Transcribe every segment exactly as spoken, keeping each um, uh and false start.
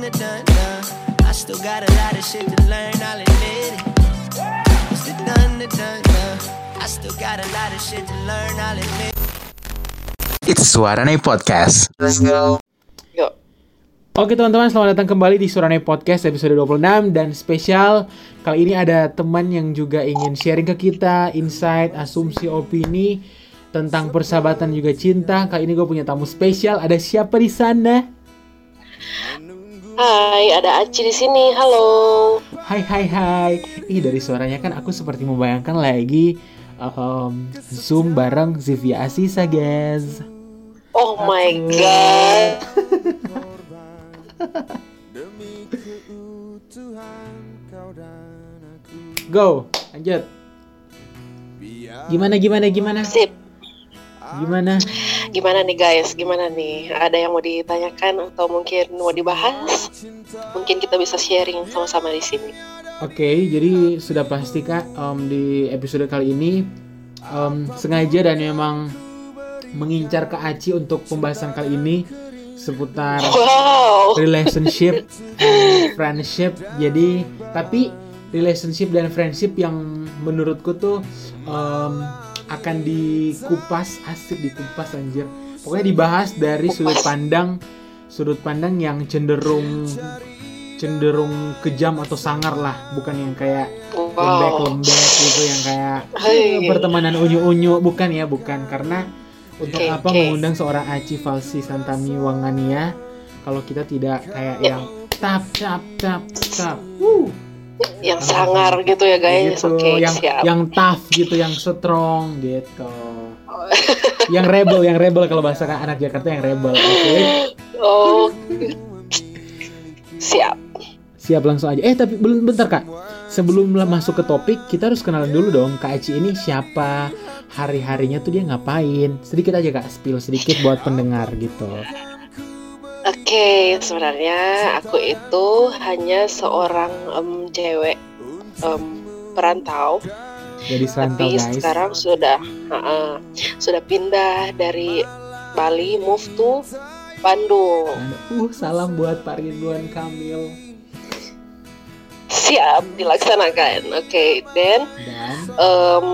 the done done. I still got a lot of shit to learn, I'll admit it. It's the done the done done. I still got a lot of shit to learn, I'll admit it. It's Suarane Podcast. Let's go. Yuk. Oke teman-teman, selamat datang kembali di Suarane Podcast episode dua puluh enam. Dan spesial, kali ini ada teman yang juga ingin sharing ke kita insight, asumsi, opini tentang persahabatan juga cinta. Kali ini gue punya tamu spesial. Ada siapa di sana? Hai, ada Aci di sini. Halo. Hai hai hai. Ih, dari suaranya kan aku seperti membayangkan lagi um, Zoom bareng Zivia Asisa, guys. Oh my god. Go, lanjut. Gimana gimana gimana? Sip. Gimana? Gimana nih guys? Gimana nih? Ada yang mau ditanyakan atau mungkin mau dibahas? Mungkin kita bisa sharing sama-sama di sini. Oke, okay, jadi sudah pasti Kak, um, di episode kali ini um, sengaja dan memang mengincar Kak Aci untuk pembahasan kali ini seputar wow. relationship and friendship. Jadi, tapi relationship dan friendship yang menurutku tuh um, akan dikupas, asik dikupas anjir. Pokoknya dibahas dari sudut pandang sudut pandang yang cenderung cenderung kejam atau sangar lah, bukan yang kayak wow. lembek-lembek gitu yang kayak eh, pertemanan unyu-unyu, bukan ya, bukan. Karena untuk okay, apa okay. mengundang seorang Aci Falsi Santami Wangania kalau kita tidak kayak yeah. yang tap tap tap tap. Woo. Yang sangar gitu ya guys, gitu. oke okay, yang, siap. Yang tough gitu, yang strong gitu. Yang rebel, yang rebel kalau bahasa anak Jakarta yang rebel, oke? Okay? Oh, siap. Siap langsung aja. Eh tapi belum, bentar Kak. Sebelum masuk ke topik, kita harus kenalan dulu dong. Kak Aci ini siapa? Hari-harinya tuh dia ngapain? Sedikit aja Kak, spill sedikit buat pendengar gitu. Oke, okay, sebenarnya aku itu hanya seorang um, cewek um, perantau. Jadi serantau, tapi guys. Sekarang sudah uh, sudah pindah dari Bali, move to Bandung. Uh, salam buat Pak Ridwan Kamil. Siap dilaksanakan. Oke, okay, dan, dan? Um,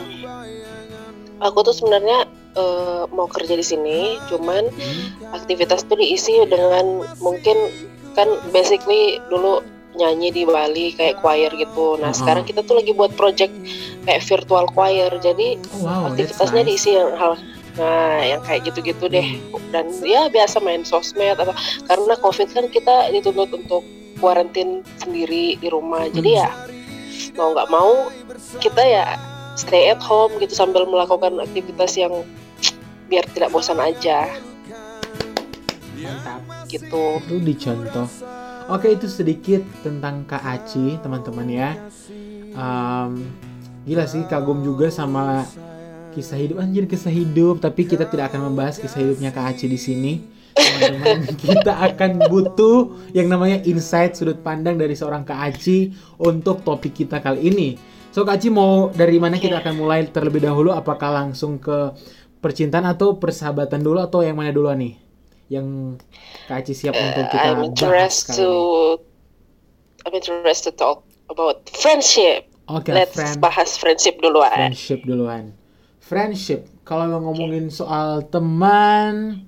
aku tuh sebenarnya Uh, mau kerja di sini, cuman hmm. aktivitas tuh diisi dengan mungkin kan basically dulu nyanyi di Bali kayak choir gitu. Nah uh-huh. sekarang kita tuh lagi buat project kayak virtual choir, jadi oh, wow, aktivitasnya nice. Diisi yang hal, nah yang kayak gitu-gitu deh. Dan ya biasa main sosmed apa, karena COVID kan kita dituntut untuk kuarantin sendiri di rumah, hmm. jadi ya mau nggak mau kita ya stay at home gitu sambil melakukan aktivitas yang biar tidak bosan aja. Mantap. Gitu. Itu dicontoh. Oke, itu sedikit tentang Kak Aci, teman-teman ya. Um, gila sih, kagum juga sama kisah hidup, anjir kisah hidup. Tapi kita tidak akan membahas kisah hidupnya Kak Aci di sini. Teman-teman, kita akan butuh yang namanya insight sudut pandang dari seorang Kak Aci untuk topik kita kali ini. So Kak Aci mau dari mana kita akan mulai terlebih dahulu? Apakah langsung ke percintaan atau persahabatan dulu atau yang mana dulu nih? Yang Kak Aci siap uh, untuk kita I'm interested to I'm interested to talk about friendship. Oke, okay, let's friend, bahas friendship duluan. Friendship duluan. Friendship. Kalau ngomongin okay. soal teman,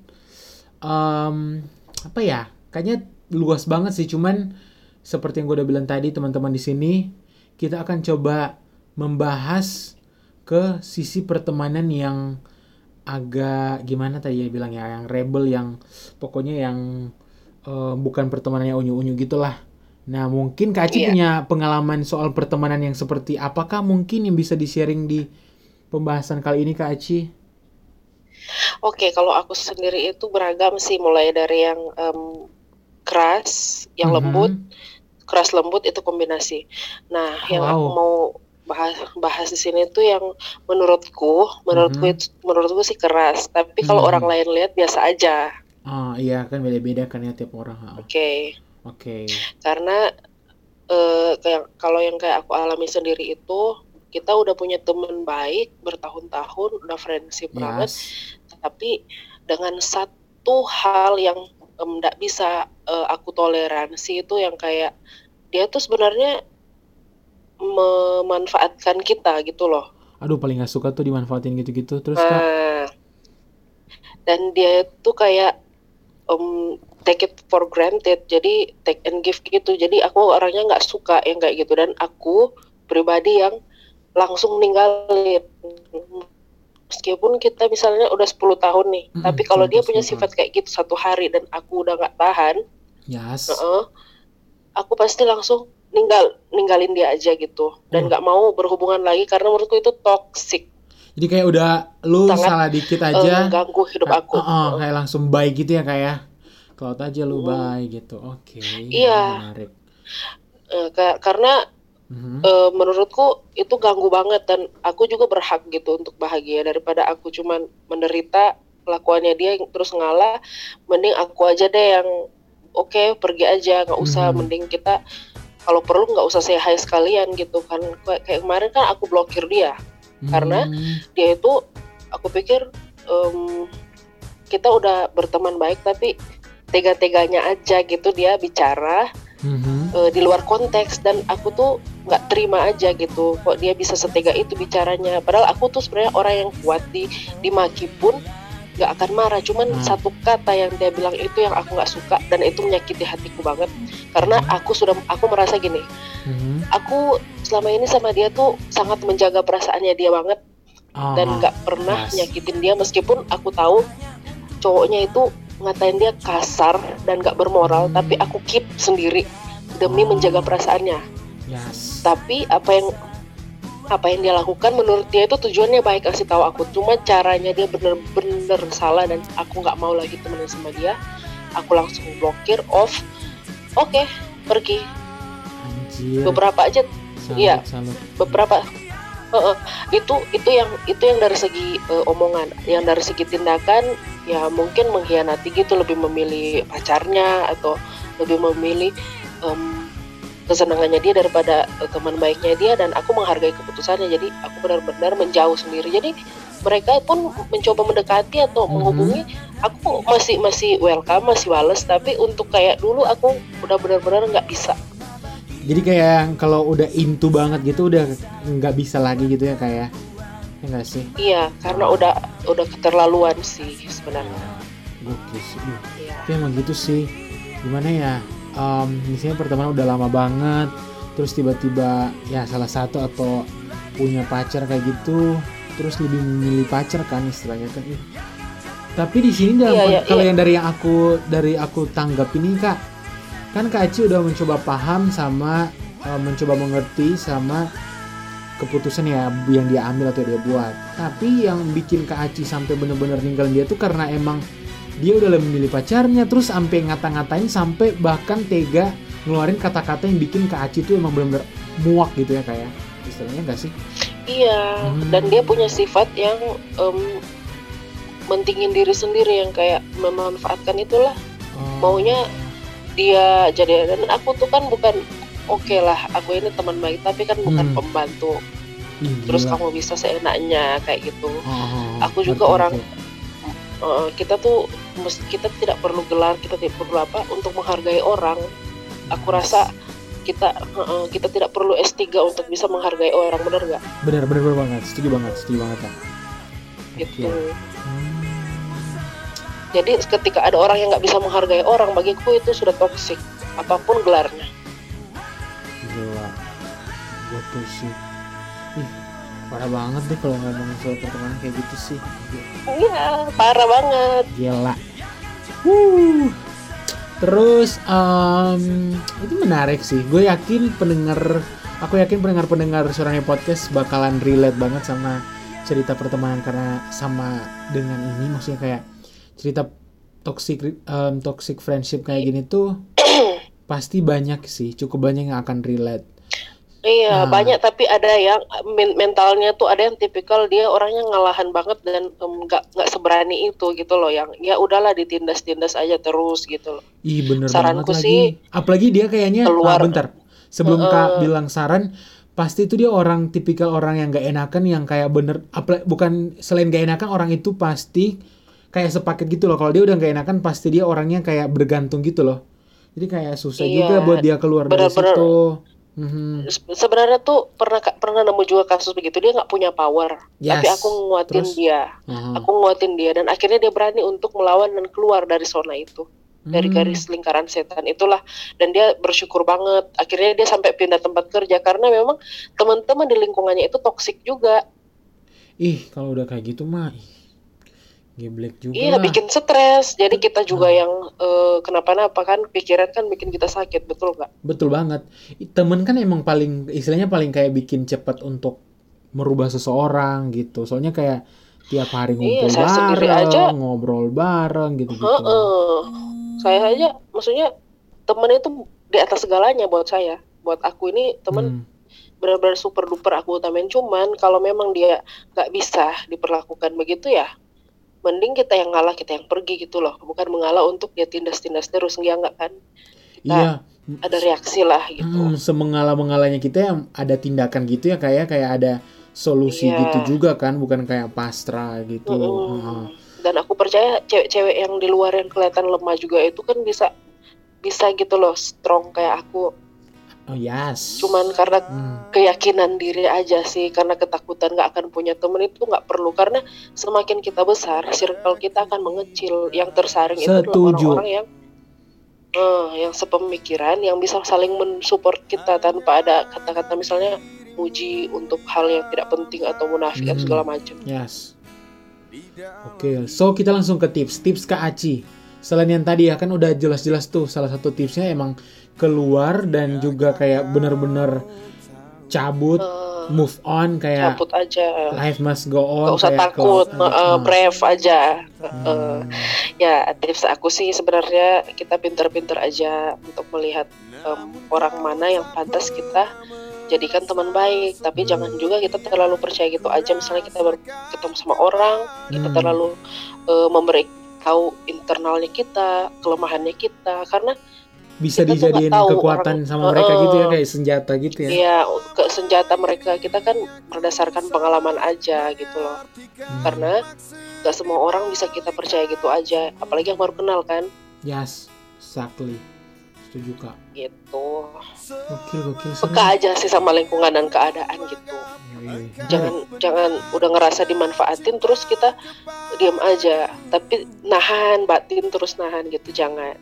um, apa ya? Kayaknya luas banget sih. Cuman seperti yang gue udah bilang tadi, teman-teman di sini, kita akan coba membahas ke sisi pertemanan yang agak gimana tadi ya bilang ya, yang rebel, yang pokoknya yang uh, bukan pertemanannya unyu-unyu gitulah. Nah mungkin Kak Aci yeah. punya pengalaman soal pertemanan yang seperti apakah mungkin yang bisa di-sharing di pembahasan kali ini Kak Aci? Oke, okay, kalau aku sendiri itu beragam sih, mulai dari yang um, keras, yang mm-hmm. lembut, keras lembut itu kombinasi. Nah wow. yang aku mau bahas bahas di sini tuh yang menurutku menurutku mm-hmm. itu menurutku sih keras, tapi kalau mm-hmm. orang lain lihat biasa aja. Oh iya kan, beda-beda kan ya tiap orang. Oke. Okay. Oke. Okay. Karena uh, kayak kalau yang kayak aku alami sendiri itu, kita udah punya teman baik bertahun-tahun, udah friendship yes. banget, tapi dengan satu hal yang nggak bisa uh, aku toleransi itu yang kayak dia tuh sebenarnya memanfaatkan kita gitu loh. Aduh, paling gak suka tuh dimanfaatin gitu-gitu. Terus Kak? Nah, dan dia tuh kayak um, take it for granted, jadi take and give gitu. Jadi aku orangnya nggak suka yang kayak gitu, dan aku pribadi yang langsung ninggalin. Meskipun kita misalnya udah sepuluh tahun nih, Mm-mm, tapi kalau dia contoh punya sepuluh sifat kayak gitu satu hari dan aku udah nggak tahan, Yes. uh-uh, aku pasti langsung ninggal ninggalin dia aja gitu, dan Oh. nggak mau berhubungan lagi karena menurutku itu toxic. Jadi kayak udah lu Sangat, salah dikit eh, aja, mengganggu hidup kayak, aku. uh, uh, kayak langsung bye gitu ya kayak. Kalau aja lu Hmm. bye gitu. Oke. Iya. Menarik. Eh, ka- karena Mhm. eh, menurutku itu ganggu banget, dan aku juga berhak gitu untuk bahagia daripada aku cuman menderita kelakuannya dia yang terus ngalah. Mending aku aja deh yang oke pergi aja, nggak usah. Mhm. Mending kita kalau perlu nggak usah say hi sekalian gitu kan. Kayak kayak kemarin kan aku blokir dia karena Hmm. dia itu aku pikir em, kita udah berteman baik tapi tega-teganya aja gitu dia bicara Mhm. eh, di luar konteks, dan aku tuh nggak terima aja gitu kok dia bisa setega itu bicaranya, padahal aku tuh sebenarnya orang yang kuat, di dimaki pun nggak akan marah, cuman Hmm. satu kata yang dia bilang itu yang aku nggak suka dan itu menyakiti hatiku banget, karena aku sudah aku merasa gini, Mhm. aku selama ini sama dia tuh sangat menjaga perasaannya dia banget dan Aha. nggak pernah Yes. nyakitin dia, meskipun aku tahu cowoknya itu ngatain dia kasar dan nggak bermoral, Hmm. tapi aku keep sendiri demi Oh. menjaga perasaannya. Yes. Tapi apa yang apa yang dia lakukan menurut dia itu tujuannya baik, kasih tahu aku, cuma caranya dia bener-bener salah dan aku nggak mau lagi temenan sama dia. Aku langsung blokir, off, oke pergi. Anjir. Beberapa aja, Salut, iya. salut. beberapa uh, uh, itu itu yang itu yang dari segi uh, omongan, yang dari segi tindakan ya mungkin mengkhianati gitu, lebih memilih pacarnya atau lebih memilih um, kesenangannya dia daripada uh, teman baiknya dia, dan aku menghargai keputusannya, jadi aku benar-benar menjauh sendiri. Jadi mereka pun mencoba mendekati atau Mhm. menghubungi, aku masih masih welcome, masih wales, tapi untuk kayak dulu aku udah benar-benar nggak bisa. Jadi kayak yang kalau udah into banget gitu udah nggak bisa lagi gitu ya kayak. Ya nggak sih? Iya, karena udah udah keterlaluan sih sebenarnya. Gokil sih. Duh. Iya. Tapi emang gitu sih. Gimana ya? Um, misalnya pertemanan udah lama banget, terus tiba-tiba ya salah satu atau punya pacar kayak gitu, terus lebih memilih pacar kan istilahnya kan. Ih. Tapi di sini dalam Iya, iya, kalau iya. yang dari yang aku dari aku tanggap ini Kak, kan Kak Aci udah mencoba paham sama uh, mencoba mengerti sama keputusan ya yang dia ambil atau dia buat. Tapi yang bikin Kak Aci sampai bener-bener ninggalin dia tuh karena emang dia udah memilih pacarnya, terus sampai ngata-ngatain, sampai bahkan tega ngeluarin kata-kata yang bikin Kak Aci tuh emang bener-bener muak gitu ya kayak istilahnya nggak sih? Iya, Hmm. dan dia punya sifat yang em, mentingin diri sendiri, yang kayak memanfaatkan itulah, Oh. maunya dia jadi, dan aku tuh kan bukan, oke lah aku ini teman baik tapi kan bukan Hmm. pembantu, Ih, terus gila. kamu bisa seenaknya kayak gitu. Oh, Aku juga ngerti, orang, ngerti. eh, kita tuh mesti, kita tidak perlu gelar, kita tidak perlu apa untuk menghargai orang. Aku rasa kita eh, kita tidak perlu S tiga untuk bisa menghargai orang, benar nggak? bener bener bener banget, setuju banget, setuju banget Kak. Gitu. Oke. Hmm. Jadi ketika ada orang yang nggak bisa menghargai orang, bagiku itu sudah toksik, apapun gelarnya. Gila, betul sih. Ih, parah banget deh kalau ngomongin soal pertemanan kayak gitu sih. Iya, parah banget. Gila. Wuh. Terus um, itu menarik sih. Gue yakin pendengar, aku yakin pendengar-pendengar Suaranya Podcast bakalan relate banget sama cerita pertemanan karena sama dengan ini, maksudnya kayak cerita toxic um, toxic friendship kayak gini tuh pasti banyak sih, cukup banyak yang akan relate. Iya, Nah. banyak, tapi ada yang men- mentalnya tuh ada yang tipikal dia orangnya ngalahan banget dan em, nggak nggak seberani itu gitu loh, yang ya udahlah ditindas-tindas aja terus gitu loh. Ih bener Saranku banget sih, lagi. Apalagi dia kayaknya, keluar. ah, bentar. Sebelum Heeh. Kak bilang saran, pasti itu dia orang tipikal orang yang gak enakan, yang kayak bener, apla- bukan selain gak enakan, orang itu pasti kayak sepaket gitu loh. Kalau dia udah nggak enakan pasti dia orangnya kayak bergantung gitu loh. Jadi kayak susah Iya, juga buat dia keluar dari benar-benar. situ. Mhm. Se- Sebenarnya tuh pernah pernah nemu juga kasus begitu, dia nggak punya power, Yes. tapi aku nguatin Terus? dia, Aha. aku nguatin dia dan akhirnya dia berani untuk melawan dan keluar dari zona itu, dari Hmm. garis lingkaran setan itulah, dan dia bersyukur banget. Akhirnya dia sampai pindah tempat kerja karena memang teman-teman di lingkungannya itu toksik juga. Ih, kalau udah kayak gitu mah ih, geblek juga Iya, lah. bikin stres. Jadi kita juga yang eh, kenapa-napa kan, pikiran kan bikin kita sakit, betul nggak? Betul banget. I- Temen kan emang paling istilahnya paling kayak bikin cepat untuk merubah seseorang gitu. Soalnya kayak tiap hari Iya, ngumpul saya sendiri bareng, aja. ngobrol bareng gitu-gitu. Heeh. Saya aja, maksudnya temen itu di atas segalanya buat saya. Buat aku ini temen Hmm. benar-benar super duper aku utamain. Cuman kalau memang dia nggak bisa diperlakukan begitu ya, mending kita yang ngalah, kita yang pergi gitu loh. Bukan mengalah untuk dia tindas-tindas terus, dia nggak kan. Kita Iya. ada reaksi lah gitu. Hmm, semengala-mengalanya kita yang ada tindakan gitu ya kayak kayak ada solusi Iya. gitu juga kan, bukan kayak pasrah gitu. Mm-mm. Heeh. Dan aku percaya cewek-cewek yang di luar yang kelihatan lemah juga itu kan bisa bisa gitu loh, strong kayak aku. Oh yes. Cuman karena Hmm. keyakinan diri aja sih, karena ketakutan nggak akan punya temen itu nggak perlu, karena semakin kita besar circle kita akan mengecil, yang tersaring itu adalah Setuju. orang-orang yang eh, yang sepemikiran, yang bisa saling mensupport kita tanpa ada kata-kata misalnya muji untuk hal yang tidak penting atau munafik atau Hmm. segala macam. Yes. Oke, so kita langsung ke tips. Tips Kak Aci. Selain yang tadi ya kan udah jelas-jelas tuh salah satu tipsnya emang keluar dan juga kayak bener-bener cabut, Eh, move on kayak cabut aja, life must go on. nggak usah kayak takut, keluar- eh, Ah. brave aja. Eh, Hmm. Ya, tips aku sih sebenarnya kita pinter-pinter aja untuk melihat em, orang mana yang pantas kita jadikan teman baik. Tapi jangan juga kita terlalu percaya gitu aja. Misalnya kita baru ketemu sama orang, kita Hmm. terlalu eh, memberi tahu internalnya kita, kelemahannya kita, karena Bisa kita tuh nggak dijadiin tahu kekuatan orang- sama mereka Eh, gitu ya kayak senjata gitu ya. ya ke senjata mereka kita kan berdasarkan pengalaman aja gitu loh. Hmm. Karena gak semua orang bisa kita percaya gitu aja, apalagi yang baru kenal kan Yes, exactly. Setuju Kak. gitu. Gokil, gokil. Peka aja sih sama lingkungan dan keadaan gitu. Iya, iya. Jangan jangan udah ngerasa dimanfaatin terus kita diam aja, tapi nahan batin terus nahan gitu, jangan.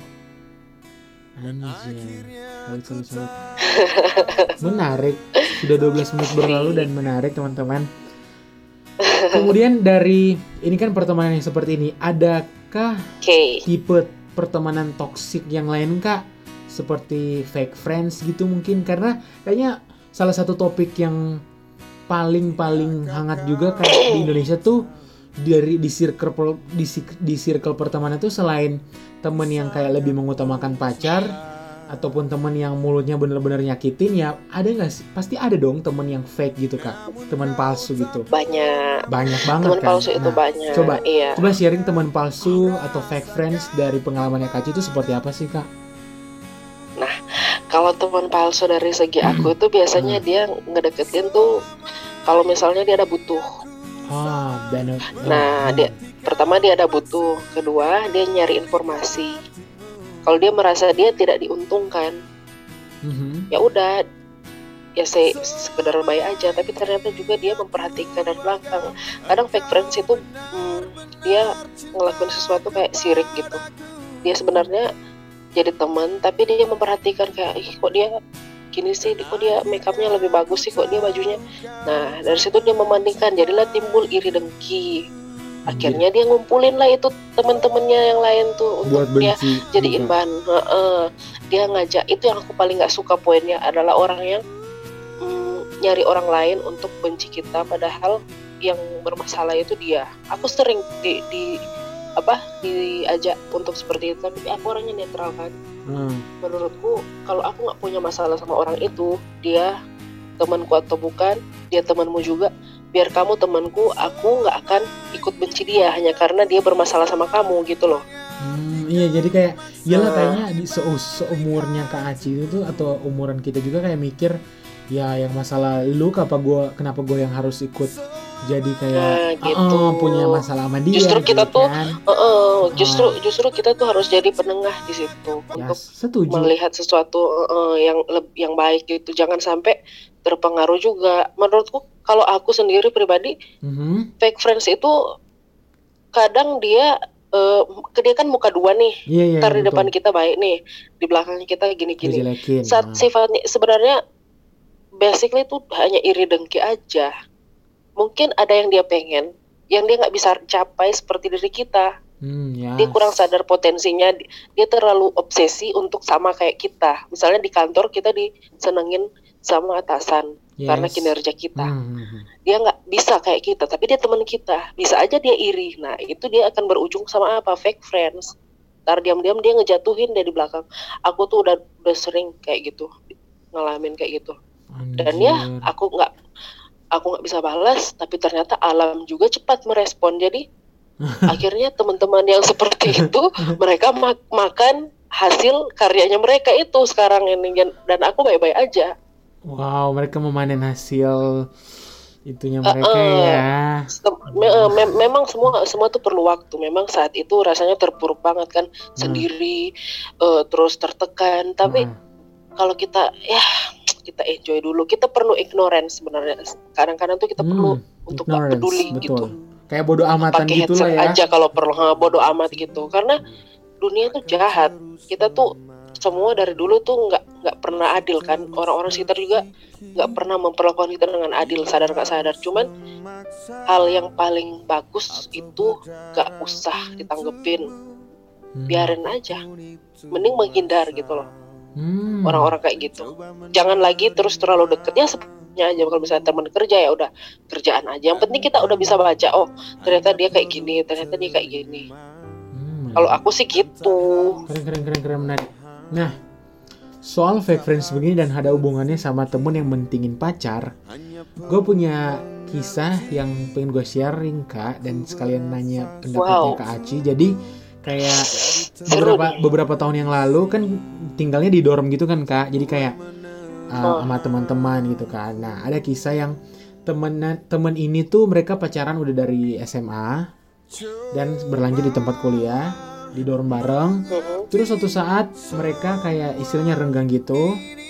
Hmm. Anjir. Salut, salut, salut. Menarik. Sudah dua belas menit berlalu dan menarik teman-teman. Kemudian dari ini kan pertemanan yang seperti ini, adakah Oke. tipe pertemanan toksik yang lain Kak? Seperti fake friends gitu mungkin, karena kayaknya salah satu topik yang paling-paling hangat juga kayak di Indonesia tuh dari di circle di, si- di circle pertemanan tuh selain temen yang kayak lebih mengutamakan pacar ataupun temen yang mulutnya bener-bener nyakitin, ya ada nggak sih? Pasti ada dong temen yang fake gitu Kak, teman palsu gitu. Banyak Banyak banget teman kan. palsu itu Nah, banyak. coba Iya. Coba sharing teman palsu atau fake friends dari pengalamannya Kak Ci itu seperti apa sih Kak? Kalau teman palsu dari segi aku itu biasanya dia ngedeketin tuh kalau misalnya dia ada butuh. Ah, benar. Nah, dia pertama dia ada butuh, kedua dia nyari informasi. Kalau dia merasa dia tidak diuntungkan, Mhm. ya udah, ya saya sekedar baik aja. Tapi ternyata juga dia memperhatikan dari belakang. Kadang fake friends itu hmm, dia ngelakuin sesuatu kayak sirik gitu. Dia sebenarnya jadi teman, tapi dia memperhatikan kayak, ih kok dia gini sih, kok dia make upnya lebih bagus sih, kok dia bajunya. Nah dari situ dia membandingkan, jadilah timbul iri dengki. Akhirnya dia ngumpulin lah itu teman-temannya yang lain tuh untuk Buat dia benci. jadiin juga. bahan. Heeh. Dia ngajak, itu yang aku paling nggak suka poinnya adalah orang yang mm, nyari orang lain untuk benci kita, padahal yang bermasalah itu dia. Aku sering di, di apa diajak untuk seperti itu, tapi aku orangnya netral kan. Hmm. Menurutku kalau aku nggak punya masalah sama orang itu, dia temanku atau bukan, dia temanmu juga, biar kamu temanku, aku nggak akan ikut benci dia hanya karena dia bermasalah sama kamu gitu loh. Hmm, iya jadi kayak iyalah Nah. kayaknya di se- seumurnya Kak Aci itu tuh atau umuran kita juga kayak mikir ya yang masalah lu apa gua kenapa gue yang harus ikut jadi kayak Nah, gitu. uh, punya masalah sama dia. Justru kita gitu tuh, kan. uh, uh, justru justru kita tuh harus jadi penengah di situ Ya, untuk setuju. melihat sesuatu uh, uh, yang leb- yang baik gitu. Jangan sampai terpengaruh juga. Menurutku kalau aku sendiri pribadi, Mhm. fake friends itu kadang dia uh, dia kan muka dua nih. Iya iya Ntar di betul. depan kita baik nih, di belakangnya kita gini-gini. Dijelekin. Saat Nah. sifatnya sebenarnya basically itu hanya iri dengki aja. Mungkin ada yang dia pengen, yang dia nggak bisa capai seperti diri kita. Hmm, ya. Dia kurang sadar potensinya. Dia terlalu obsesi untuk sama kayak kita. Misalnya di kantor kita disenengin sama atasan Yes. karena kinerja kita. Hmm, hmm, hmm. Dia nggak bisa kayak kita, tapi dia teman kita. Bisa aja dia iri. Nah itu dia akan berujung sama apa? Fake friends. Ntar diam-diam dia ngejatuhin dia di belakang. Aku tuh udah udah sering kayak gitu, ngalamin kayak gitu. Dan ya Anjir. aku nggak aku nggak bisa balas, tapi ternyata alam juga cepat merespon. Jadi akhirnya teman-teman yang seperti itu mereka mak- makan hasil karyanya mereka itu sekarang ini, dan aku baik-baik aja. Wow, mereka memanen hasil itunya mereka Uh, uh. ya. Sem- me- me- memang semua semua tuh perlu waktu. Memang saat itu rasanya terpuruk banget kan, sendiri, uh, terus tertekan. Tapi Nah. kalau kita ya kita enjoy dulu. Kita perlu ignorance sebenarnya. Kadang-kadang tuh kita Hmm, perlu untuk gak ignorance, peduli betul. gitu. Kayak bodoh amatan Pakai gitu lah headset ya. aja kalau perlu, ha, bodo amat gitu. Karena dunia tuh jahat. Kita tuh semua dari dulu tuh nggak nggak pernah adil kan. Orang-orang sekitar juga nggak pernah memperlakukan kita dengan adil, sadar nggak sadar. Cuman hal yang paling bagus itu nggak usah ditanggepin, Hmm. biarin aja. Mending menghindar gitu loh. Hmm. Orang-orang kayak gitu. Jangan lagi terus terlalu deket, ya sebenarnya aja. Kalau misalnya teman kerja ya udah kerjaan aja. Yang penting kita udah bisa baca, oh ternyata dia kayak gini, ternyata dia kayak gini. Hmm, Kalau aku sih gitu. keren keren keren keren menarik. Nah, soal fake friends begini dan ada hubungannya sama temen yang mentingin pacar, gue punya kisah yang pengen gue sharing Kak, dan sekalian nanya pendapatnya Wow. Kak Aci. Jadi kayak Seru beberapa nih. beberapa tahun yang lalu kan tinggalnya di dorm gitu kan Kak. Jadi kayak uh, Oh. sama teman-teman gitu kan. Nah, ada kisah yang temen temen ini tuh mereka pacaran udah dari S M A dan berlanjut di tempat kuliah di dorm bareng. Mhm. Terus suatu saat mereka kayak istilahnya renggang gitu,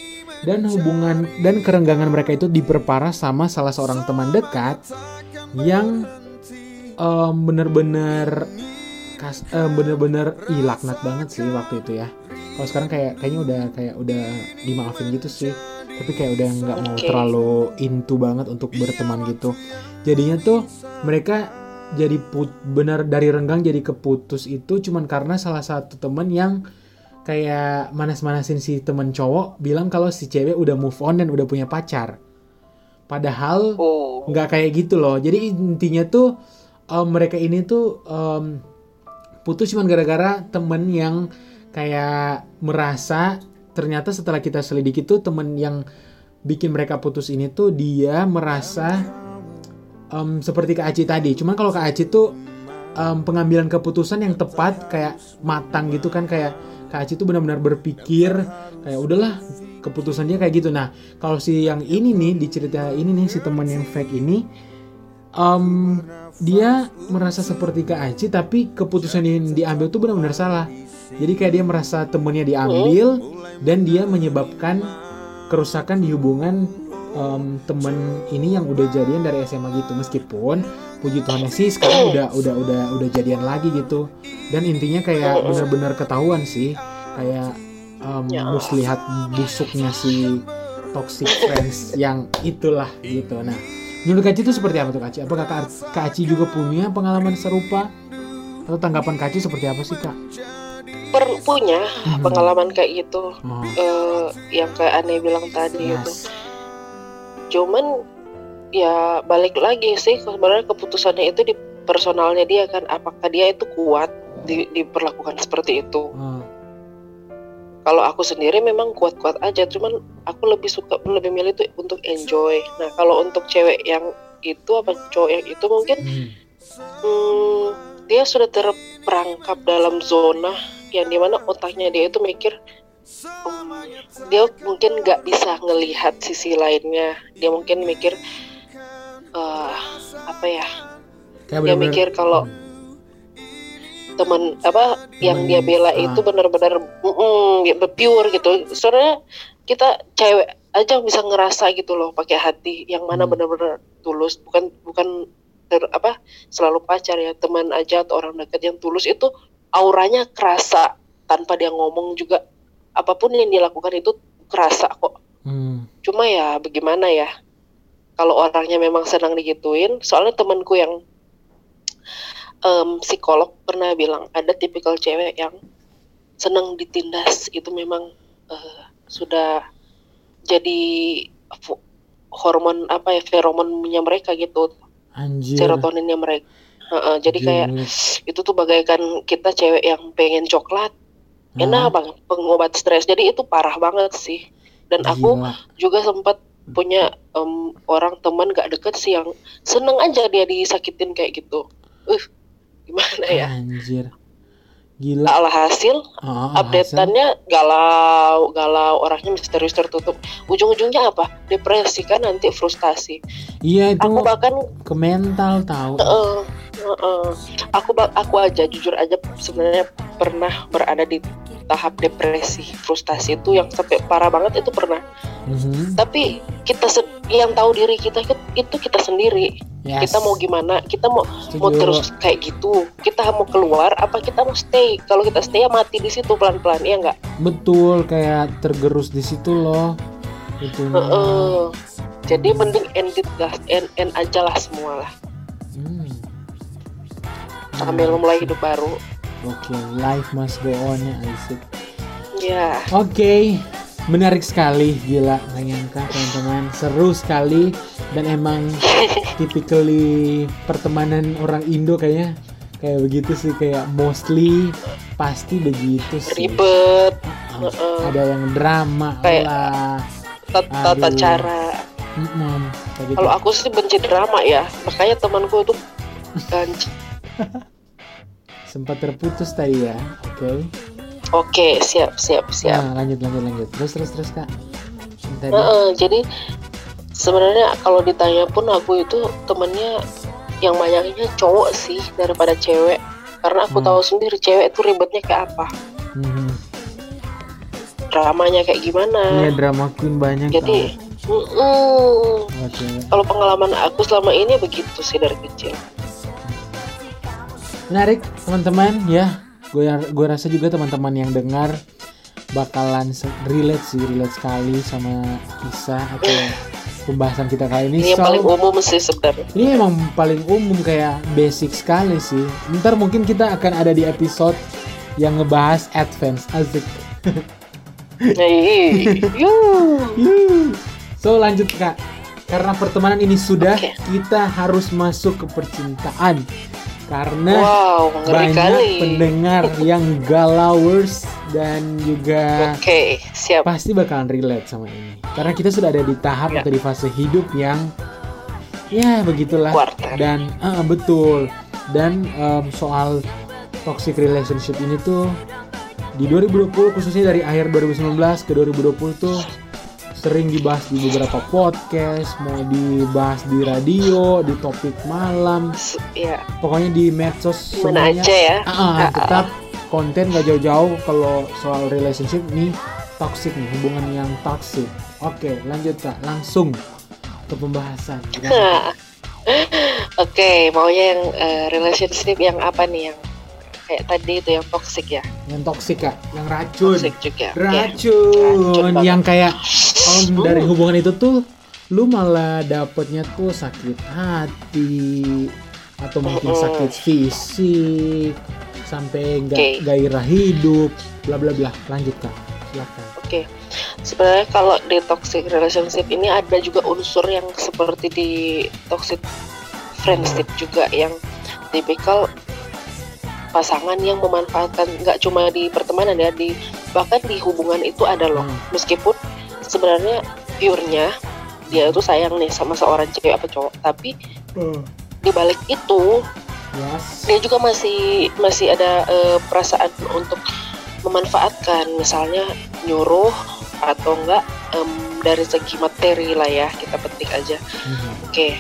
dan hubungan dan kerenggangan mereka itu diperparah sama salah seorang teman dekat yang em, bener-bener kas, em, bener-bener ih laknat banget sih waktu itu ya. Kalau sekarang kayak kayaknya udah kayak udah dimaafin gitu sih, tapi kayak udah nggak mau Oke. terlalu into banget untuk berteman gitu. Jadinya tuh mereka jadi put, benar dari renggang jadi keputus itu cuman karena salah satu temen yang kayak manas-manasin si temen cowok, bilang kalau si cewek udah move on dan udah punya pacar. Padahal Oh. nggak kayak gitu loh. Jadi intinya tuh em, mereka ini tuh em, putus cuman gara-gara temen yang kayak merasa ternyata setelah kita selidiki tuh temen yang bikin mereka putus ini tuh dia merasa em, seperti Kak Aci tadi. Cuman kalau Kak Aci tuh em, pengambilan keputusan yang tepat kayak matang gitu kan, kayak Kak Aci tuh benar-benar berpikir kayak udahlah keputusan dia kayak gitu. Nah kalau si yang ini nih di cerita ini nih si teman yang fake ini em, dia merasa seperti Kak Aci tapi keputusan yang diambil tuh benar-benar salah. Jadi kayak dia merasa temennya diambil dan dia menyebabkan kerusakan di hubungan em, temen ini yang udah jadian dari S M A gitu. Meskipun puji Tuhannya sih sekarang udah udah udah udah jadian lagi gitu. Dan intinya kayak benar-benar ketahuan sih kayak em, Ya. muslihat busuknya si toxic friends yang itulah gitu. Nah, menurut Kak Aci itu seperti apa tuh Kak Aci? Apakah Kak, Kak Aci juga punya pengalaman serupa? Atau tanggapan Kak Aci seperti apa sih Kak? Per- punya pengalaman kayak gitu. Oh, Eh, yang kayak Ane bilang tadi itu. yes. Cuman ya balik lagi sih sebenarnya keputusannya itu di personalnya dia kan, apakah dia itu kuat di, diperlakukan seperti itu. Oh, Kalau aku sendiri memang kuat-kuat aja, cuman aku lebih suka lebih milih itu untuk enjoy. Nah kalau untuk cewek yang itu apa cowok yang itu mungkin hmm. hmm, dia sudah terperangkap dalam zona yang dimana otaknya dia itu mikir, hmm, dia mungkin nggak bisa ngelihat sisi lainnya. Dia mungkin mikir, "Ah, apa ya? Kayak Dia bener-bener- mikir kalau teman apa yang Temen, dia bela ah. itu benar-benar mm, ya, pure gitu. Soalnya kita cewek aja bisa ngerasa gitu loh pakai hati yang mana Hmm. benar-benar tulus, bukan bukan ter, apa selalu pacar ya, teman aja atau orang dekat yang tulus itu auranya kerasa tanpa dia ngomong juga, apapun yang dia lakukan itu kerasa kok. Hmm. Cuma ya bagaimana ya, kalau orangnya memang senang digituin. Soalnya temanku yang um, psikolog pernah bilang ada tipikal cewek yang senang ditindas, itu memang uh, sudah jadi fu- hormon apa ya, feromonnya mereka gitu, Anjir. serotoninnya mereka. Uh-uh, jadi kayak Gila. itu tuh bagaikan kita cewek yang pengen coklat, enak Hah? banget pengobat stres. Jadi itu parah banget sih. Dan aku Gila. juga sempat punya em, orang teman gak deket sih yang seneng aja dia disakitin kayak gitu. Uh, gimana ya? Anjir. Gila. Alhasil Oh, update-annya galau, galau, orangnya misterius tertutup. Ujung-ujungnya apa? Depresi kan, nanti frustasi. Iya itu Aku bahkan ke mental tahu. eh, eh, eh, aku ba- aku aja jujur aja sebenarnya pernah berada di tahap depresi, frustasi itu yang sampai parah banget itu pernah. Mhm. Tapi kita se- yang tahu diri kita itu kita sendiri. Yes. Kita mau gimana? Kita mau Setuju. mau terus kayak gitu? Kita mau keluar apa kita mau stay? Kalau kita stay ya mati di situ pelan-pelan, ya enggak? Betul, kayak tergerus di situ loh. Itu. Heeh. Jadi mending end it lah, end, end aja lah semua lah. Hmm. Sambil memulai hidup baru. Oke, life must go on ya, Isaac. Ya. Oke, menarik sekali, gila, nggak nyangka teman-teman, seru sekali dan emang typically pertemanan orang Indo kayaknya kayak begitu sih, kayak mostly pasti begitu sih. Ribet. Ah, Heeh. ada yang drama Kayak- lah. Tata Aduh. cara. Mm-mm, kayak gitu. Kalau aku sih benci drama ya. Makanya temanku itu benci. Sempat terputus tadi ya. Oke. Oke, siap, siap, siap. Nah, lanjut lanjut lanjut. Terus terus terus Kak. Yang tadi. Heeh, jadi sebenarnya kalau ditanya pun aku itu temennya yang banyaknya cowok sih daripada cewek, karena aku Hmm. tahu sendiri cewek itu ribetnya kayak apa, Mhm. dramanya kayak gimana. Iya, drama queen banyak. Jadi tau. mm-mm. Kalau cewek. kalau pengalaman aku selama ini begitu sih dari kecil. Menarik teman-teman ya. Gue gue rasa juga teman-teman yang dengar bakalan se- relate sih, relate sekali sama kisah atau pembahasan kita kali ini. Ini yang So, paling umum sih sebenarnya. ini emang paling umum, kayak basic sekali sih. Ntar mungkin kita akan ada di episode yang ngebahas advance, asik. Nih, yuh. Yuh. So lanjut Kak. Karena pertemanan ini sudah, Oke. kita harus masuk ke percintaan. Karena Wow, ngeri banyak kali. pendengar yang galawers dan juga Oke, siap. pasti bakalan relate sama ini. Karena kita sudah ada di tahap Ya. atau di fase hidup yang ya begitulah. Quarter. Dan ah, betul. Dan em, soal toxic relationship ini tuh di dua ribu dua puluh, khususnya dari akhir dua ribu sembilan belas ke dua ribu dua puluh tuh sering dibahas di beberapa podcast, mau dibahas di radio, di topik malam, S- Ya, pokoknya di medsos mana semuanya. aja ya. Ah, ah, Ah, ah. tetap konten gak jauh-jauh kalau soal relationship nih, toxic nih, hubungan yang toxic. Oke, lanjut Kak, langsung ke pembahasan. Gimana? Oke, maunya yang eh, relationship yang apa nih, yang kayak tadi itu yang toxic ya? Yang toxic Kak, yang racun. Toxic juga. Oke. Racun, Racun banget. yang kayak kalau Hmm. dari hubungan itu tuh lu malah dapetnya tuh sakit hati atau mungkin Mm-mm. sakit fisik sampai nggak Oke. gairah hidup, bla bla bla. Lanjut Kak, silakan. Oke, sebenarnya kalau di toxic relationship ini ada juga unsur yang seperti di toxic friendship juga, yang tipikal pasangan yang memanfaatkan, nggak cuma di pertemanan ya, di bahkan di hubungan itu ada loh. Hmm. Meskipun sebenarnya pure-nya dia itu sayang nih sama seorang cewek apa cowok, tapi di balik itu Yes. dia juga masih masih ada eh, perasaan untuk memanfaatkan, misalnya nyuruh atau enggak em, dari segi materi lah ya, kita petik aja. Mhm. Oke,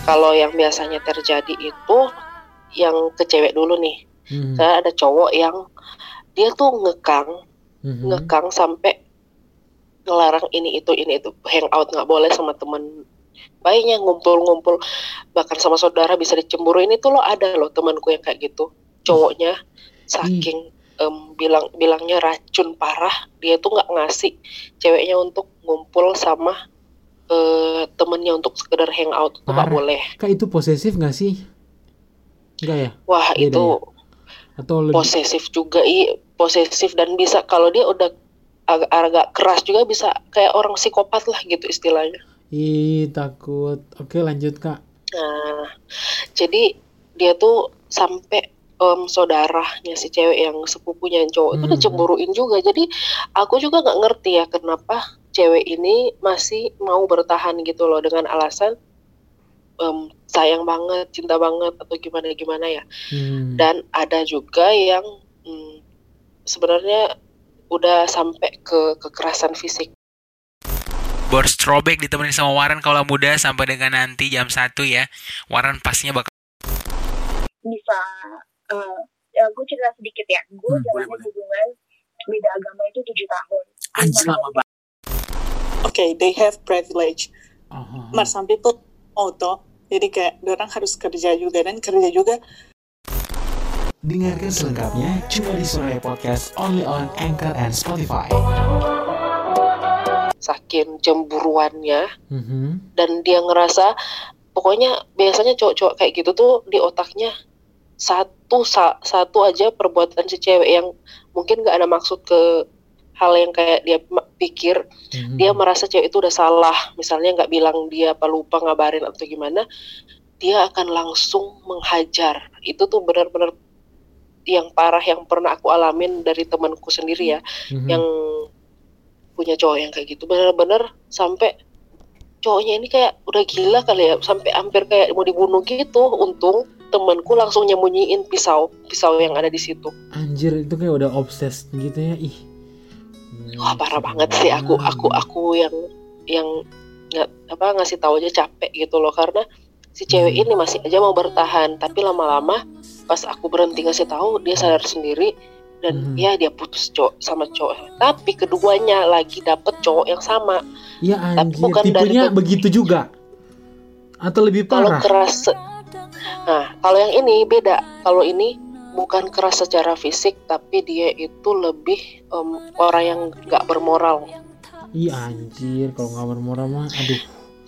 kalau yang biasanya terjadi itu yang ke cewek dulu nih. Hmm. Karena ada cowok yang dia tuh ngekang, Mhm. ngekang sampai ngelarang ini itu ini itu, hangout nggak boleh sama teman baiknya, ngumpul-ngumpul bahkan sama saudara bisa dicemburu. Ini tuh lo ada loh temanku yang kayak gitu, cowoknya saking em, bilang bilangnya racun parah, dia tuh nggak ngasih ceweknya untuk ngumpul sama eh, temennya untuk sekedar hangout, itu nggak Parah. boleh. Kak, itu posesif nggak sih? Enggak ya? Wah Beda itu ya? Atau lebih posesif juga, i posesif, dan bisa kalau dia udah agak, agak keras juga bisa kayak orang psikopat lah gitu istilahnya. ih takut. Oke, lanjut Kak. Nah, jadi dia tuh sampai em, saudaranya si cewek yang sepupunya yang cowok itu Mhm. dicemburuin juga. Jadi aku juga nggak ngerti ya kenapa cewek ini masih mau bertahan gitu loh dengan alasan em, sayang banget, cinta banget atau gimana gimana ya. Hmm. Dan ada juga yang mm, sebenarnya udah sampai ke kekerasan fisik. Boris Throwback ditemenin sama Waran Kaula Muda sampai dengan nanti jam satu ya. Waran pastinya bakal bisa uh, ya gue cerita sedikit ya, gue Hmm, jalanin boleh, boleh. hubungan beda agama itu tujuh tahun. anjir Lima lama tahun banget. Okay, they have privilege. Oh, But some people auto, jadi kayak orang harus kerja juga dan kerja juga. Dengarkan selengkapnya cuma di Suara Podcast only on Anchor and Spotify. Saking cemburuannya, mhm. dan dia ngerasa pokoknya biasanya cowok-cowok kayak gitu tuh di otaknya satu sa- satu aja perbuatan si cewek yang mungkin nggak ada maksud ke hal yang kayak dia ma- pikir, Mhm. dia merasa cewek itu udah salah, misalnya nggak bilang dia apa lupa ngabarin atau gimana, dia akan langsung menghajar. Itu tuh benar-benar yang parah yang pernah aku alamin dari temanku sendiri ya, Mhm. yang punya cowok yang kayak gitu, benar-benar sampai cowoknya ini kayak udah gila kali ya, sampai hampir kayak mau dibunuh gitu. Untung temanku langsung nyembunyiin pisau pisau yang ada di situ. Anjir, itu kayak udah obses gitu ya. Ih. Wah parah banget sih, aku aku aku yang yang nggak apa ngasih tahu aja capek gitu loh, karena si cewek Hmm. ini masih aja mau bertahan, tapi lama-lama pas aku berhenti ngasih tahu dia sadar sendiri dan Hmm. ya dia putus cowok sama cowok, tapi keduanya lagi dapet cowok yang sama. Iya Tapi anjir, bukan tipenya dari- begitu juga. Atau lebih Kalau parah. keras, nah kalau yang ini beda. Kalau ini bukan keras secara fisik, tapi dia itu lebih em, orang yang nggak bermoral. Ih anjir, kalau nggak bermoral mah aduh.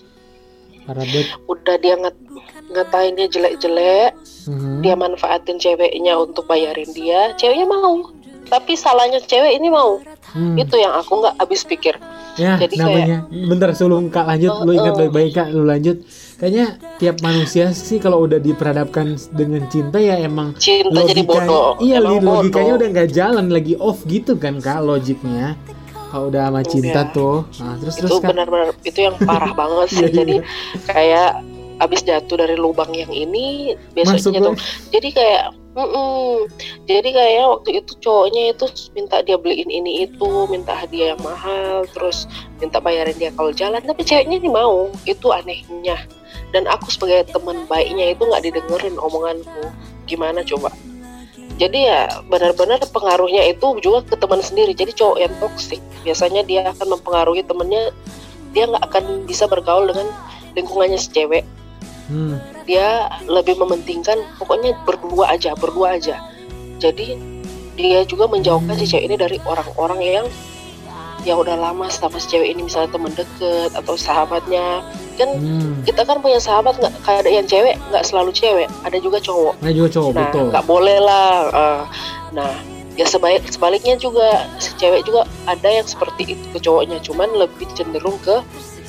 Parah banget. Udah dia nget ngetainnya jelek-jelek, Mhm. dia manfaatin ceweknya untuk bayarin dia, ceweknya mau. Tapi salahnya cewek ini mau. Hmm. Itu yang aku nggak habis pikir. Ya, Jadi namanya. Bentar sebelum Kak lanjut, lu ingat Uh-uh. baik-baik Kak, lu lanjut. Kayaknya tiap manusia sih kalau udah diperhadapkan dengan cinta ya emang Cinta jadi bodoh. Iya, Emang li- logikanya bodoh. udah nggak jalan, lagi off gitu kan Kak logiknya. Kalau udah sama cinta Iya. tuh. Nah, terus terus Itu Kak. benar-benar itu yang parah banget sih. Iya, iya. Jadi kayak abis jatuh dari lubang yang ini, Masuk besoknya tuh lagi. jadi kayak mm-mm. jadi kayak waktu itu cowoknya itu minta dia beliin ini itu, minta hadiah yang mahal, terus minta bayarin dia kalau jalan, tapi ceweknya ini mau. Itu anehnya. Dan aku sebagai teman baiknya itu nggak didengerin omonganku. Gimana coba? Jadi ya benar-benar pengaruhnya itu juga ke teman sendiri. Jadi cowok yang toksik biasanya dia akan mempengaruhi temennya, dia nggak akan bisa bergaul dengan lingkungannya si cewek. Hmm. Dia lebih mementingkan pokoknya berdua aja, berdua aja. Jadi dia juga menjauhkan si cewek ini dari orang-orang yang yang udah lama sama si cewek ini, misalnya teman deket atau sahabatnya. Kan Hmm. kita kan punya sahabat nggak kayak yang cewek, nggak selalu cewek, ada juga cowok. Nah juga cowok Nah betul. nggak boleh lah. uh, Nah ya sebaik sebaliknya juga si cewek juga ada yang seperti itu ke cowoknya, cuman lebih cenderung ke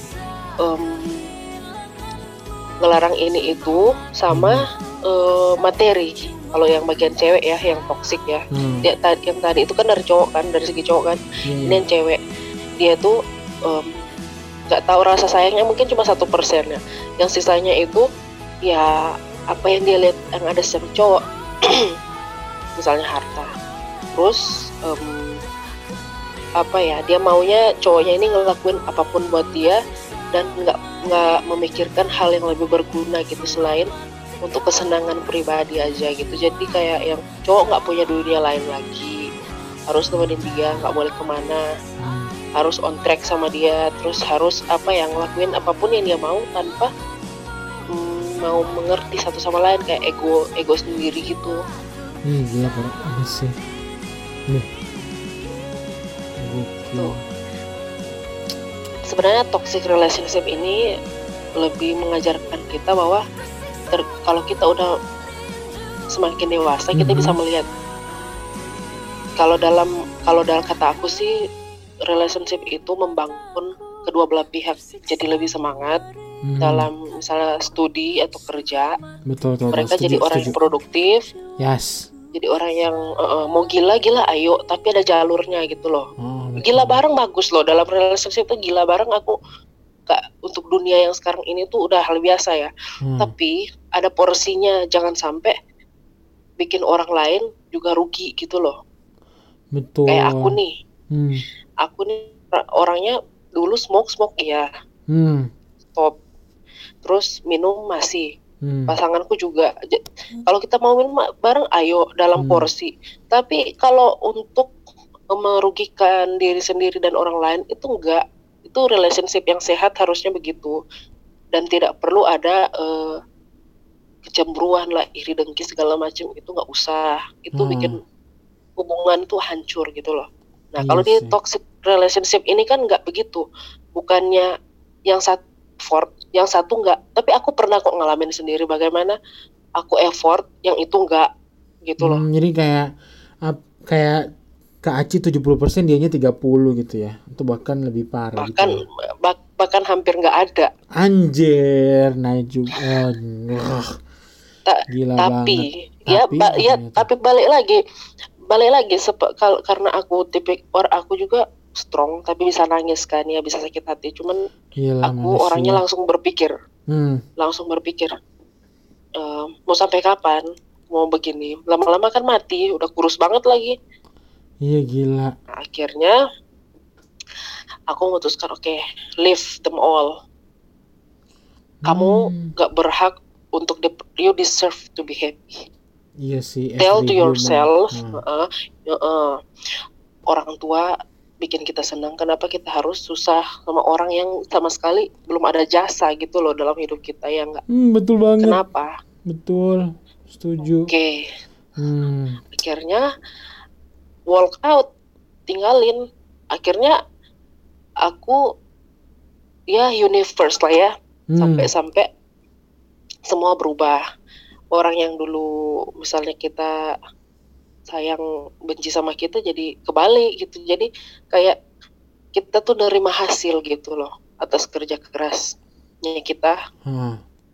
em, ngelarang ini itu sama eh, materi. Kalau yang bagian cewek ya, yang toksik ya, Hmm. dia tadi yang tadi itu kan dari cowok kan, dari segi cowok kan. Iya, Ini iya. yang cewek, dia tuh em, nggak tahu rasa sayangnya mungkin cuma satu persennya. Yang sisanya itu ya apa yang dia lihat yang ada sama cowok, misalnya harta. Terus em, apa ya, dia maunya cowoknya ini ngelakuin apapun buat dia dan nggak nggak memikirkan hal yang lebih berguna gitu selain untuk kesenangan pribadi aja gitu. Jadi kayak yang cowok nggak punya dunia lain lagi, harus nemenin dia, nggak boleh kemana, harus on track sama dia, terus harus apa yang ngelakuin apapun yang dia mau tanpa mm, mau mengerti satu sama lain, kayak ego ego sendiri gitu. Ih, gila parah sih. Nih. Tuh. Sebenarnya toxic relationship ini lebih mengajarkan kita bahwa ter, kalau kita udah semakin dewasa, mm-hmm. kita bisa melihat kalau dalam kalau dalam kata aku sih relationship itu membangun kedua belah pihak jadi lebih semangat mm-hmm. dalam misalnya studi atau kerja. Betul, betul, mereka setuju, jadi orang setuju. yang produktif. Yes. Jadi orang yang uh, mau gila-gila ayo, tapi ada jalurnya gitu loh. Oh, gila bareng bagus loh, dalam relationship itu gila bareng aku gak, untuk dunia yang sekarang ini tuh udah hal biasa ya. Hmm. Tapi ada porsinya, jangan sampai bikin orang lain juga rugi gitu loh. Betul. Kayak aku nih, hmm. aku nih orangnya dulu smoke smoke iya, hmm. stop. Terus minum masih. Hmm. Pasanganku juga. Kalau kita mau minum bareng, ayo dalam hmm. porsi. Tapi kalau untuk merugikan diri sendiri dan orang lain itu enggak. Itu relationship yang sehat harusnya begitu. Dan tidak perlu ada uh, kecemburuan lah, iri dengki segala macam, itu nggak usah. Itu hmm. bikin hubungan tuh hancur gitu loh. Nah yes, kalau di toxic relationship ini kan nggak begitu. Bukannya yang satu effort, yang satu enggak, tapi aku pernah kok ngalamin sendiri bagaimana aku effort, yang itu enggak gitu loh. Hmm, jadi kayak uh, kayak Kak Aci tujuh puluh persen, dianya tiga puluh gitu ya. Itu bahkan lebih parah bahkan gitu. Bah, bahkan hampir enggak ada. Anjir, naik juga. Oh, Ta- gila tapi, banget. Ya, tapi ba- ya tapi balik lagi. Balik lagi sepe, kal- karena aku tipik or aku juga strong tapi bisa nangis kan ya, bisa sakit hati, cuman Gila, aku manusia. orangnya langsung berpikir hmm. langsung berpikir uh, mau sampai kapan mau begini, lama-lama kan mati, udah kurus banget lagi. Iya gila. Nah, akhirnya aku memutuskan oke okay, leave them all, kamu hmm. gak berhak untuk de- you deserve to be happy. Iya sih. Tell to yourself hmm. uh, uh, uh, orang tua bikin kita senang, kenapa kita harus susah sama orang yang sama sekali belum ada jasa gitu loh dalam hidup kita, ya enggak? Hmm, betul banget. Kenapa? Betul, setuju. Oke. Okay. Hmm. Akhirnya walk out, tinggalin. Akhirnya aku ya universe lah ya, hmm. sampai-sampai semua berubah. Orang yang dulu misalnya kita sayang benci sama kita jadi kebalik gitu, jadi kayak kita tuh nerima hasil gitu loh atas kerja kerasnya kita. hmm.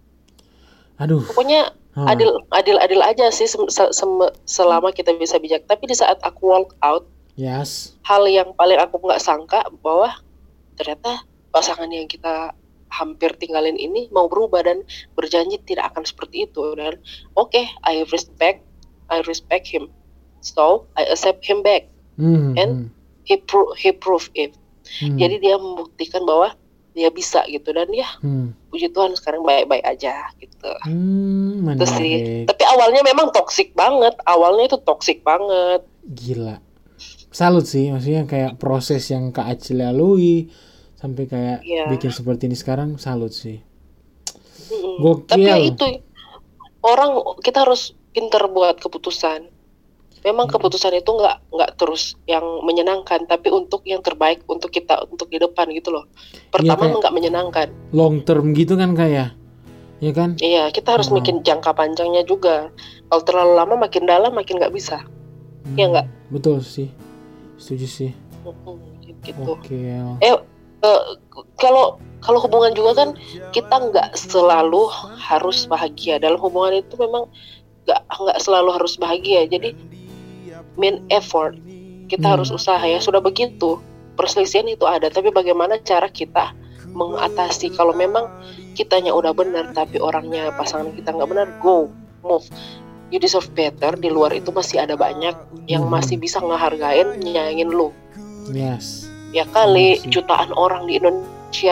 Aduh, pokoknya hmm. adil adil adil aja sih sem- sem- selama kita bisa bijak. Tapi di saat aku walk out, yes. hal yang paling aku nggak sangka bahwa ternyata pasangan yang kita hampir tinggalin ini mau berubah dan berjanji tidak akan seperti itu. Dan oke, okay, I respect I respect him. So I accept him back, mm-hmm. and he pro- he proved it. Mm. Jadi dia membuktikan bahwa dia bisa gitu, dan ya mm. puji Tuhan sekarang baik-baik aja gitu. Mm, itu sih. Tapi awalnya memang toksik banget, awalnya itu toksik banget. Gila. Salut sih, maksudnya kayak proses yang Kak Aci lalui sampai kayak yeah. bikin seperti ini sekarang, salut sih. Mm-mm. Gokil. Tapi ya itu orang, kita harus pintar buat keputusan. Memang keputusan itu nggak nggak terus yang menyenangkan, tapi untuk yang terbaik untuk kita, untuk di depan gitu loh. Pertama ya, nggak menyenangkan. Long term gitu kan kayak, ya kan? Iya, kita harus hmm. mikir jangka panjangnya juga. Kalau terlalu lama makin dalam makin nggak bisa. Hmm. Ya nggak? Betul sih, setuju sih. Hmm, gitu. Oke. Eh, uh, kalau kalau hubungan juga kan kita nggak selalu harus bahagia. Dalam hubungan itu memang nggak nggak selalu harus bahagia. Jadi main effort kita hmm. harus usaha ya. Sudah begitu perselisihan itu ada, tapi bagaimana cara kita mengatasi. Kalau memang kitanya udah benar tapi orangnya, pasangan kita nggak benar, go move. You deserve better. Di luar itu masih ada banyak yang hmm. masih bisa ngehargain, nyayangin lu. Yes. Ya kali yes. Jutaan orang di Indonesia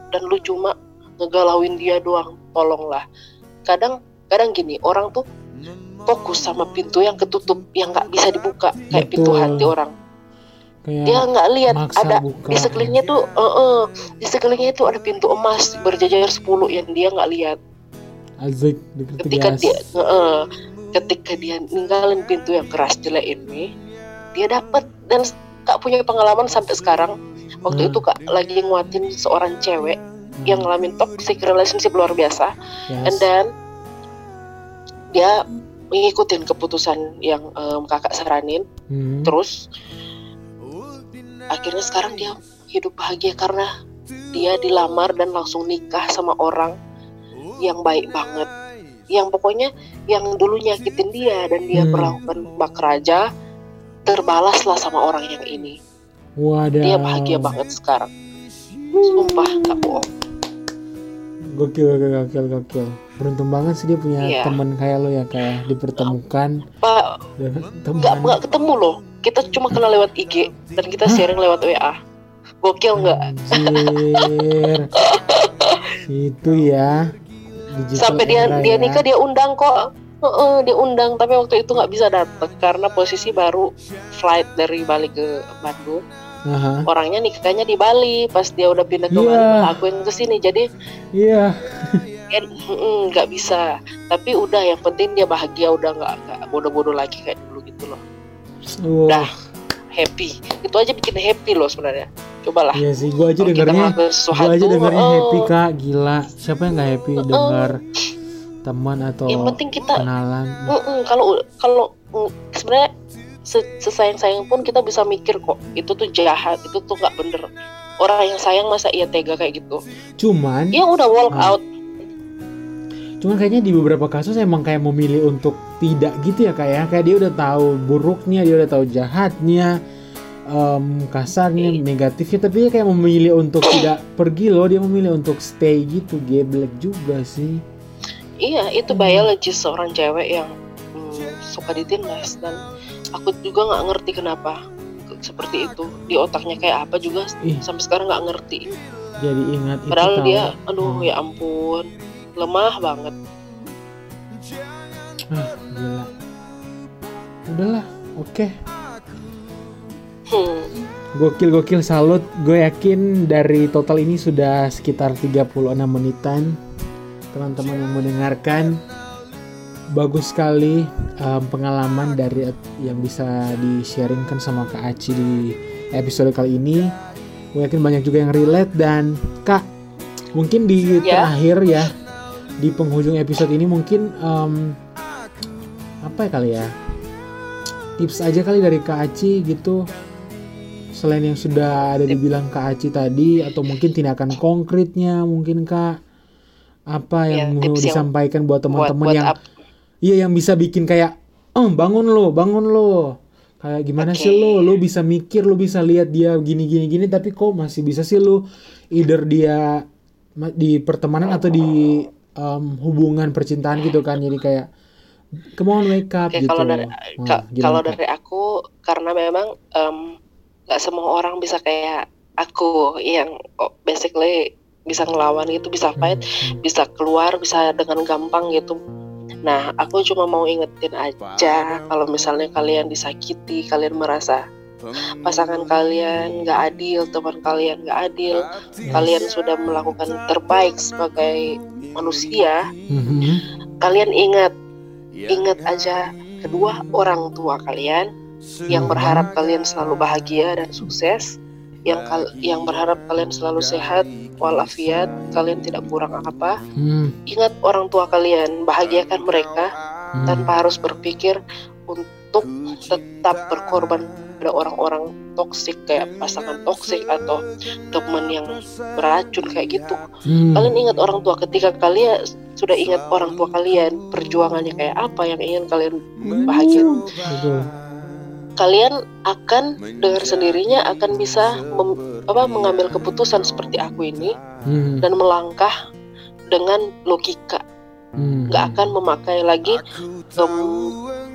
dan lu cuma ngegalauin dia doang. Tolonglah. Kadang kadang gini, orang tuh fokus sama pintu yang ketutup, yang nggak bisa dibuka, kayak pintu Betul. hati orang. Kayak Dia nggak lihat maksa ada buka. di sekelilingnya tuh, eh, eh, di sekelilingnya tuh ada pintu emas berjajar sepuluh yang dia nggak lihat. Azik Ketika diketegas. dia, eh, eh, ketika dia ninggalin pintu yang keras jelek ini, dia dapat dan Kak punya pengalaman sampai sekarang. Waktu Hmm. itu Kak lagi nguatin seorang cewek yang ngalamin toxic relationship luar biasa, and Yes. then dia mengikutin keputusan yang em, kakak saranin. Hmm. Terus akhirnya sekarang dia hidup bahagia karena dia dilamar dan langsung nikah sama orang yang baik banget, yang pokoknya yang dulu nyakitin dia dan dia Hmm. perlakukan bak raja, terbalaslah sama orang yang ini. Wadah. Dia bahagia banget sekarang. Sumpah gak bohong. Gokil, gokil, gokil, gokil. Beruntung banget sih dia punya Iya. teman kayak lo ya, kayak dipertemukan Pak, dan teman. nggak nggak ketemu loh. Kita cuma kenal lewat I G dan kita sharing lewat W A. Gokil nggak? Anjir. Itu ya. Digital Sampai dia era dia ya. nikah dia undang kok. Heeh, dia undang, tapi waktu itu nggak bisa datang karena posisi baru flight dari Bali ke Bandung. Aha. Orangnya nikahnya di Bali, pas dia udah pindah ke Iya. Bali, aku yang ke sini. Jadi Iya. kan mm, nggak bisa. Tapi udah, yang penting dia bahagia, udah nggak nggak bodoh-bodoh lagi kayak dulu gitu loh. Wah. Dah happy. Itu aja bikin happy loh sebenarnya. Cobalah. Iya sih, gua aja Kalau kita dengernya, ngelakuin gua sesuatu, aja dengernya oh, happy Kak, gila. Siapa yang nggak happy denger teman atau Yang penting kita kenalan? Mm-mm, kalau kalau mm, sebenarnya se- sesayang-sayang pun kita bisa mikir kok itu tuh jahat, itu tuh nggak bener. Orang yang sayang masa iya tega kayak gitu? Cuman, Ya udah walk Ah. out. cuman kayaknya di beberapa kasus emang kayak memilih untuk tidak gitu ya Kak ya. Kayak dia udah tahu buruknya, dia udah tahu jahatnya, em, kasarnya, negatifnya, tapi dia kayak memilih untuk tidak pergi loh. Dia memilih untuk stay gitu, geblek juga sih. Iya, itu biologis seorang cewek yang mm, suka ditindas, dan aku juga nggak ngerti kenapa seperti itu di otaknya, kayak apa juga Ih. sampai sekarang nggak ngerti. Jadi ingat itu Padahal tahu. dia, aduh Hmm. ya ampun, lemah banget. Ah, gila. Udahlah, oke. Hmm. Gokil-gokil, salut. Gue yakin dari total ini sudah sekitar tiga puluh enam menitan. Teman-teman yang mendengarkan, bagus sekali um, pengalaman dari yang bisa di-sharingkan sama Kak Aci di episode kali ini. Gue yakin banyak juga yang relate. Dan Kak, mungkin di Ya. terakhir ya, di penghujung episode ini mungkin um, apa ya kali ya, tips aja kali dari Kak Aci gitu, selain yang sudah ada dibilang Kak Aci tadi, atau mungkin tindakan konkretnya mungkin Kak, apa yang Ya, mau tips yang disampaikan buat teman-teman buat yang up. iya yang bisa bikin kayak oh bangun lo bangun lo kayak gimana Oke. sih lo lo bisa mikir, lo bisa lihat dia gini gini gini, tapi kok masih bisa sih lo either dia ma- di pertemanan atau di um, hubungan percintaan gitu kan, jadi kayak come on wake up Oke, gitu. kalau dari Wah, ka- gimana, kalau Kak? dari aku, karena memang em, nggak semua orang bisa kayak aku yang oh, basically bisa ngelawan gitu, bisa fight, Hmm, bisa keluar, bisa dengan gampang gitu. Nah, aku cuma mau ingetin aja, kalau misalnya kalian disakiti, kalian merasa pasangan kalian nggak adil, teman kalian nggak adil, Yes. kalian sudah melakukan terbaik sebagai manusia, Mhm. kalian ingat, ingat aja kedua orang tua kalian yang berharap kalian selalu bahagia dan sukses, yang kal- yang berharap kalian selalu sehat walafiat, kalian tidak kurang apa. Hmm, Ingat orang tua kalian, bahagiakan mereka hmm. tanpa harus berpikir untuk tetap berkorban pada orang-orang toksik kayak pasangan toksik atau teman yang beracun kayak gitu. Hmm. Kalian ingat orang tua, ketika kalian sudah ingat orang tua kalian perjuangannya kayak apa yang ingin kalian bahagia, Betul. kalian akan dengan sendirinya akan bisa mem- apa, mengambil keputusan seperti aku ini Hmm, dan melangkah dengan logika, hmm. nggak akan memakai lagi em,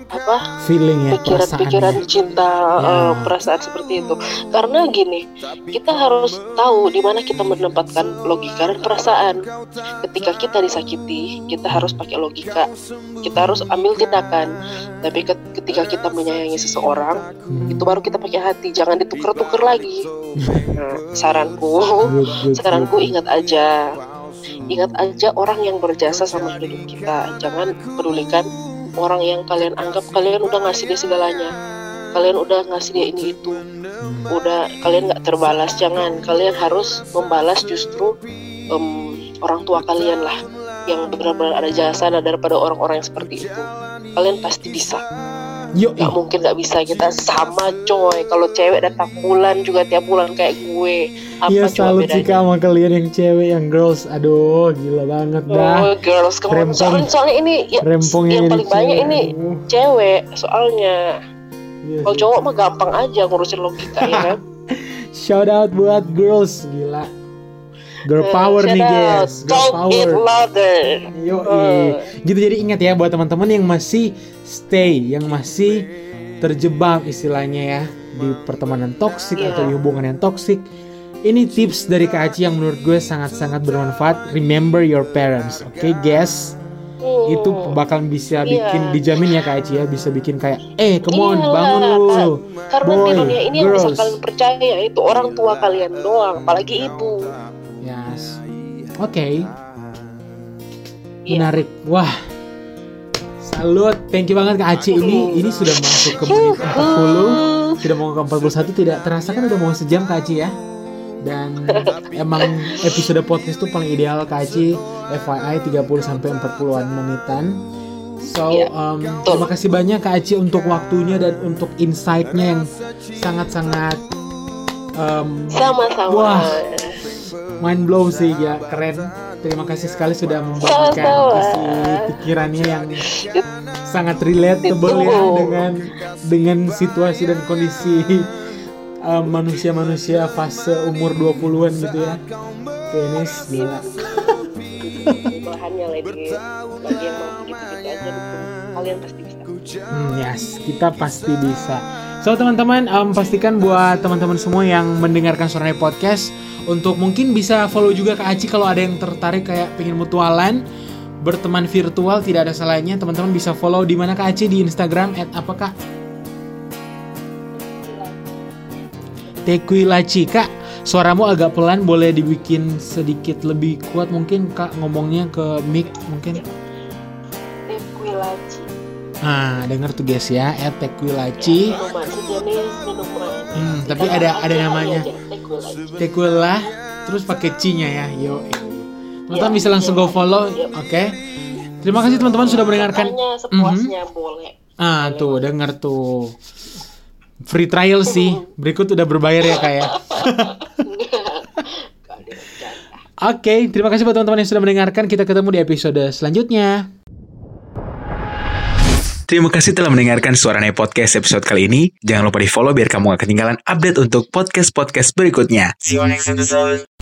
apa feeling ya, pikiran-pikiran perasaannya. cinta, Ya. eh, perasaan seperti itu. Karena gini, kita harus tahu di mana kita menempatkan logika dan perasaan. Ketika kita disakiti, kita harus pakai logika, kita harus ambil tindakan. Tapi ke- ketika kita menyayangi seseorang, Hmm. itu baru kita pakai hati, jangan ditukar-tukar lagi. Nah, saranku, Good, good, saranku good. ingat aja, ingat aja orang yang berjasa sama hidup kita. Jangan pedulikan orang yang kalian anggap kalian udah ngasih dia segalanya, kalian udah ngasih dia ini itu, udah kalian nggak terbalas. Jangan, kalian harus membalas justru em, orang tua kalian lah, yang benar-benar ada jasa daripada orang-orang yang seperti itu. Kalian pasti bisa. Yuk, Gak mungkin gak bisa kita sama coy. Kalau cewek datang bulan juga tiap bulan kayak gue, apa iya coba salut sih bedanya? Kak sama kalian yang cewek, yang girls. Aduh, gila banget dah. Oh, girls, come on. Rempong. Soalnya, soalnya ini ya, Rempongnya yang jadi paling banyak cewek. ini Aduh, cewek. Soalnya iya kalau sih. cowok mah gampang aja ngurusin logika ya kan. Shout out buat girls, gila. Girl Eh, power shout nih out. guys, girl Talk it power. louder. Yo, Eh. gitu. Jadi ingat ya buat teman-teman yang masih stay, yang masih terjebak istilahnya ya di pertemanan toksik Iya. atau di hubungan yang toksik. Ini tips dari Kak Aci yang menurut gue sangat-sangat bermanfaat. Remember your parents, oke guys? Hmm. Itu bakal bisa bikin, Iya. dijamin ya Kak Aci ya, bisa bikin kayak, eh come on, Iyalah, bangun lu, Karena boy, di dunia ini yang bisa girls. kalian percaya itu orang tua kalian doang, apalagi ibu. Yes. Oke. Iya. Menarik. Wah. Salut. Thank you banget Kak Aci. Ini ini sudah masuk ke menit empat puluh. Sudah mau ke empat puluh satu, tidak terasa kan udah mau sejam Kak Aci ya. Dan emang episode podcast itu paling ideal Kak Aci, F Y I tiga puluh sampai empat puluhan menitan. So, Iya, um, betul. terima kasih banyak Kak Aci untuk waktunya dan untuk insight-nya yang sangat-sangat um, Sama-sama. Wah. mind blow sih ya, keren. Terima kasih sekali sudah membagikan Sama-sama. isi pikirannya yang sangat relatable ya Ditunggu. dengan dengan situasi dan kondisi um, manusia-manusia fase umur dua puluhan gitu ya. Penis gila. Bahannya lagi bagi yang mau gitu-gitu aja dukung. Kalian pasti bisa. Hmm, yes, kita pasti bisa. So teman-teman, um, pastikan buat teman-teman semua yang mendengarkan Suara Podcast untuk mungkin bisa follow juga Kak Aci kalau ada yang tertarik kayak pengen mutualan, berteman virtual, tidak ada salahnya teman-teman bisa follow di mana Kak Aci di Instagram at apa Kak? Tekuilaci. Kak, suaramu agak pelan, boleh dibikin sedikit lebih kuat mungkin Kak ngomongnya ke mic mungkin. Tekuilaci. Nah, denger tuh guys ya, at Tekuilaci. Minuman sejenis minuman. Hmm, tapi ada ada namanya. Tekuilaci. Tekulah, terus pakai C-nya ya. Yo. Teman-teman Ya, bisa langsung ya, go follow, ya. oke? Terima kasih teman-teman sudah mendengarkan. Makanya sepuasnya boleh. Ah, tuh denger tuh. Free trial sih. Berikut udah berbayar ya Kak ya. Oke, terima kasih buat teman-teman yang sudah mendengarkan. Kita ketemu di episode selanjutnya. Terima kasih telah mendengarkan Suarane Podcast episode kali ini. Jangan lupa di follow biar kamu gak ketinggalan update untuk podcast-podcast berikutnya. See you next episode.